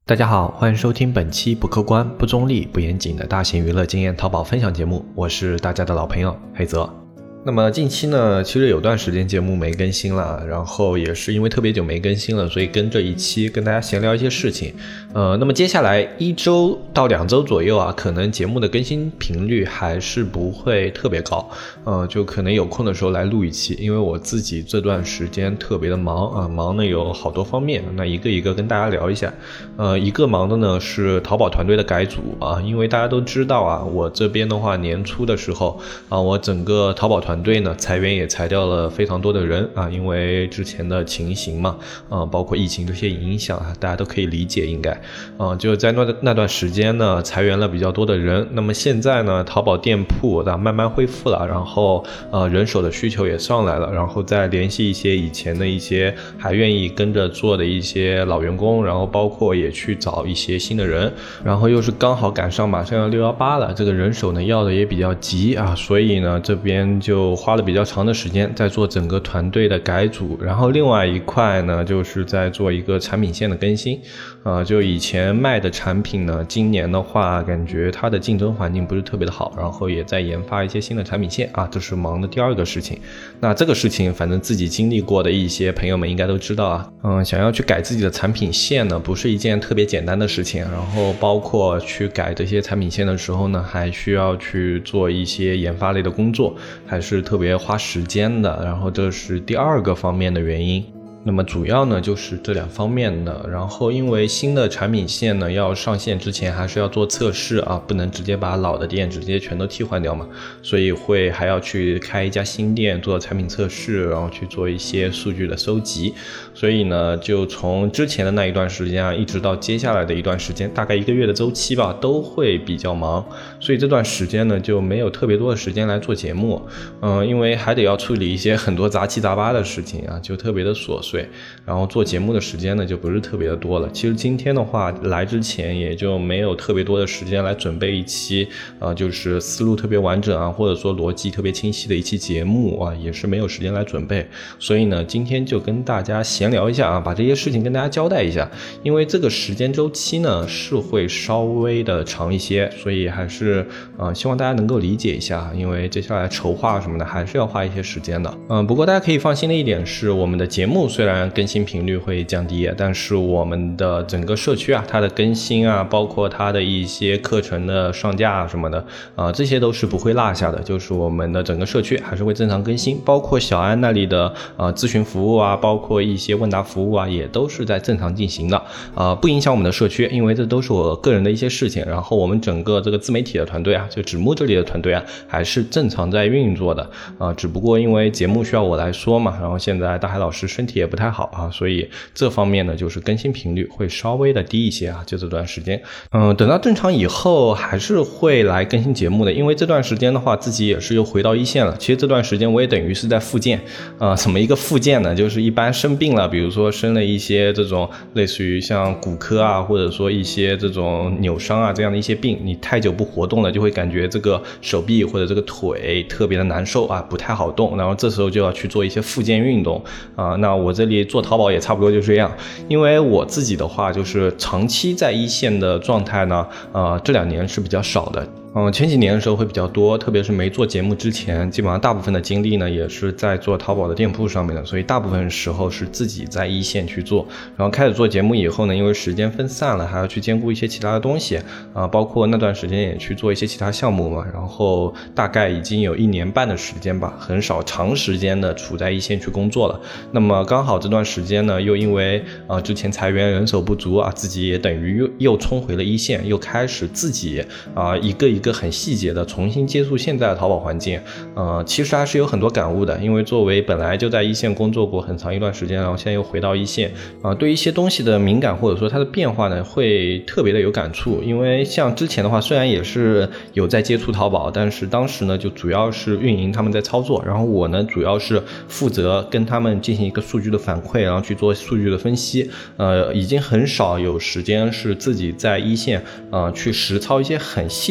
大家好，欢迎收听本期不客观、不中立、不严谨的大型娱乐经验淘宝分享节目，我是大家的老朋友黑泽。那么近期呢，其实有段时间节目没更新了，然后也是因为特别久没更新了，所以跟这一期跟大家闲聊一些事情。那么接下来1周到2周左右啊，可能节目的更新频率还是不会特别高，就可能有空的时候来录一期，因为我自己这段时间特别的忙啊，忙呢有好多方面，那一个一个跟大家聊一下。一个忙的呢是淘宝团队的改组啊，因为大家都知道啊，我这边的话年初的时候啊，我整个淘宝团队呢裁员也裁掉了非常多的人啊，因为之前的情形嘛，包括疫情这些影响啊，大家都可以理解应该。就在那段时间呢，裁员了比较多的人。那么现在呢，淘宝店铺慢慢恢复了，然后人手的需求也上来了，然后再联系一些以前的一些还愿意跟着做的一些老员工，然后包括也去找一些新的人，然后又是刚好赶上马上要618了，这个人手呢要的也比较急啊，所以呢这边就花了比较长的时间在做整个团队的改组。然后另外一块呢，就是在做一个产品线的更新。就以前卖的产品呢，今年的话感觉它的竞争环境不是特别的好，然后也在研发一些新的产品线啊，这是忙的第二个事情。那这个事情反正自己经历过的一些朋友们应该都知道啊，想要去改自己的产品线呢，不是一件特别简单的事情，然后包括去改这些产品线的时候呢，还需要去做一些研发类的工作，还是特别花时间的，然后这是第二个方面的原因。那么主要呢就是这两方面的，然后因为新的产品线呢要上线之前还是要做测试啊，不能直接把老的店直接全都替换掉嘛，所以还要去开一家新店做产品测试，然后去做一些数据的收集。所以呢就从之前的那一段时间啊，一直到接下来的一段时间，大概1个月的周期吧，都会比较忙，所以这段时间呢就没有特别多的时间来做节目，因为还得要处理一些很多杂七杂八的事情啊，就特别的琐碎，然后做节目的时间呢就不是特别的多了。其实今天的话来之前也就没有特别多的时间来准备一期就是思路特别完整啊，或者说逻辑特别清晰的一期节目啊，也是没有时间来准备。所以呢今天就跟大家闲聊一下啊，把这些事情跟大家交代一下，因为这个时间周期呢是会稍微的长一些，所以还是希望大家能够理解一下，因为接下来筹划什么的还是要花一些时间的。不过大家可以放心的一点是，我们的节目虽然更新频率会降低，但是我们的整个社区啊，它的更新啊，包括它的一些课程的上架啊什么的这些都是不会落下的，就是我们的整个社区还是会正常更新，包括小安那里的咨询服务啊，包括一些问答服务啊，也都是在正常进行的不影响我们的社区，因为这都是我个人的一些事情。然后我们整个这个自媒体的团队啊，就纸木这里的团队啊，还是正常在运作的只不过因为节目需要我来说嘛，然后现在大海老师身体也不太好啊，所以这方面呢就是更新频率会稍微的低一些啊，就这段时间等到正常以后还是会来更新节目的，因为这段时间的话自己也是又回到一线了。其实这段时间我也等于是在复健怎么一个复健呢，就是一般生病了，比如说生了一些这种类似于像骨科啊，或者说一些这种扭伤啊这样的一些病，你太久不活动了，就会感觉这个手臂或者这个腿特别的难受啊，不太好动，然后这时候就要去做一些复健运动那我这里做淘宝也差不多就这样，因为我自己的话就是长期在一线的状态呢这2年是比较少的。前几年的时候会比较多，特别是没做节目之前，基本上大部分的精力呢也是在做淘宝的店铺上面的，所以大部分时候是自己在一线去做。然后开始做节目以后呢，因为时间分散了，还要去兼顾一些其他的东西包括那段时间也去做一些其他项目嘛，然后大概已经有1年半的时间吧，很少长时间的处在一线去工作了。那么刚好这段时间呢，又因为之前裁员人手不足自己也等于又冲回了一线，又开始自己一个很细节的重新接触现在的淘宝环境其实还是有很多感悟的，因为作为本来就在一线工作过很长一段时间，然后现在又回到一线对一些东西的敏感或者说它的变化呢会特别的有感触。因为像之前的话虽然也是有在接触淘宝，但是当时呢就主要是运营他们在操作，然后我呢主要是负责跟他们进行一个数据的反馈，然后去做数据的分析已经很少有时间是自己在一线去实操一些很细枝末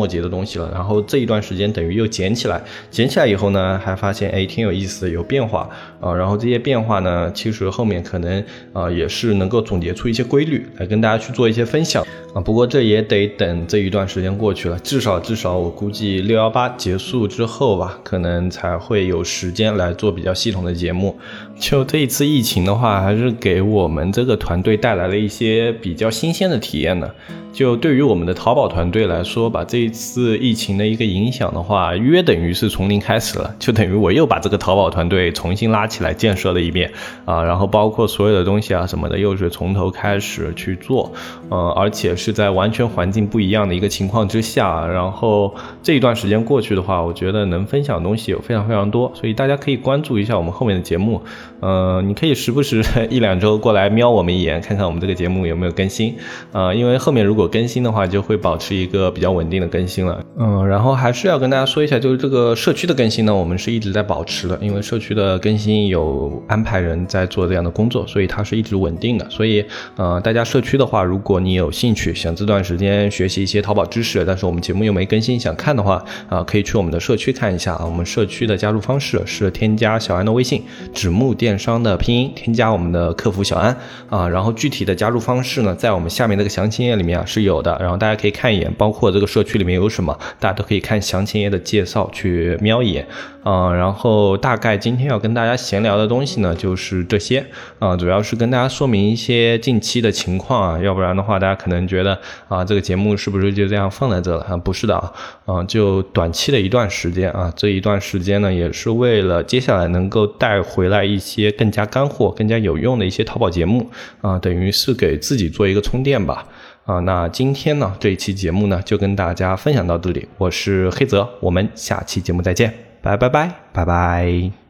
节的东西了，然后这一段时间等于又捡起来以后呢，还发现挺有意思的，有变化然后这些变化呢，其实后面可能也是能够总结出一些规律来跟大家去做一些分享不过这也得等这一段时间过去了，至少我估计618结束之后吧，可能才会有时间来做比较系统的节目。就这一次疫情的话，还是给我们这个团队带来了一些比较新鲜的体验的。就对于我们的淘宝团队来说吧，这一次疫情的一个影响的话，约等于是从零开始了，就等于我又把这个淘宝团队重新拉起来建设了一遍然后包括所有的东西什么的又是从头开始去做而且是在完全环境不一样的一个情况之下，然后这一段时间过去的话，我觉得能分享的东西有非常非常多，所以大家可以关注一下我们后面的节目你可以时不时1-2周过来瞄我们一眼，看看我们这个节目有没有更新因为后面如果更新的话，就会保持一个比较稳定的更新了然后还是要跟大家说一下，就是这个社区的更新呢，我们是一直在保持的，因为社区的更新有安排人在做这样的工作，所以它是一直稳定的。所以大家社区的话，如果你有兴趣想这段时间学习一些淘宝知识，但是我们节目又没更新想看的话可以去我们的社区看一下我们社区的加入方式是添加小安的微信，纸木电商的拼音，添加我们的客服小安然后具体的加入方式呢，在我们下面这个详情页里面是有的，然后大家可以看一眼，包括这个社区里面有什么，大家都可以看详情页的介绍去瞄一眼然后大概今天要跟大家闲聊的东西呢就是这些主要是跟大家说明一些近期的情况要不然的话大家可能觉得这个节目是不是就这样放在这了不是的就短期的一段时间这一段时间呢也是为了接下来能够带回来一些更加干货更加有用的一些淘宝节目等于是给自己做一个充电吧那今天呢这一期节目呢就跟大家分享到这里，我是黑泽，我们下期节目再见，拜拜。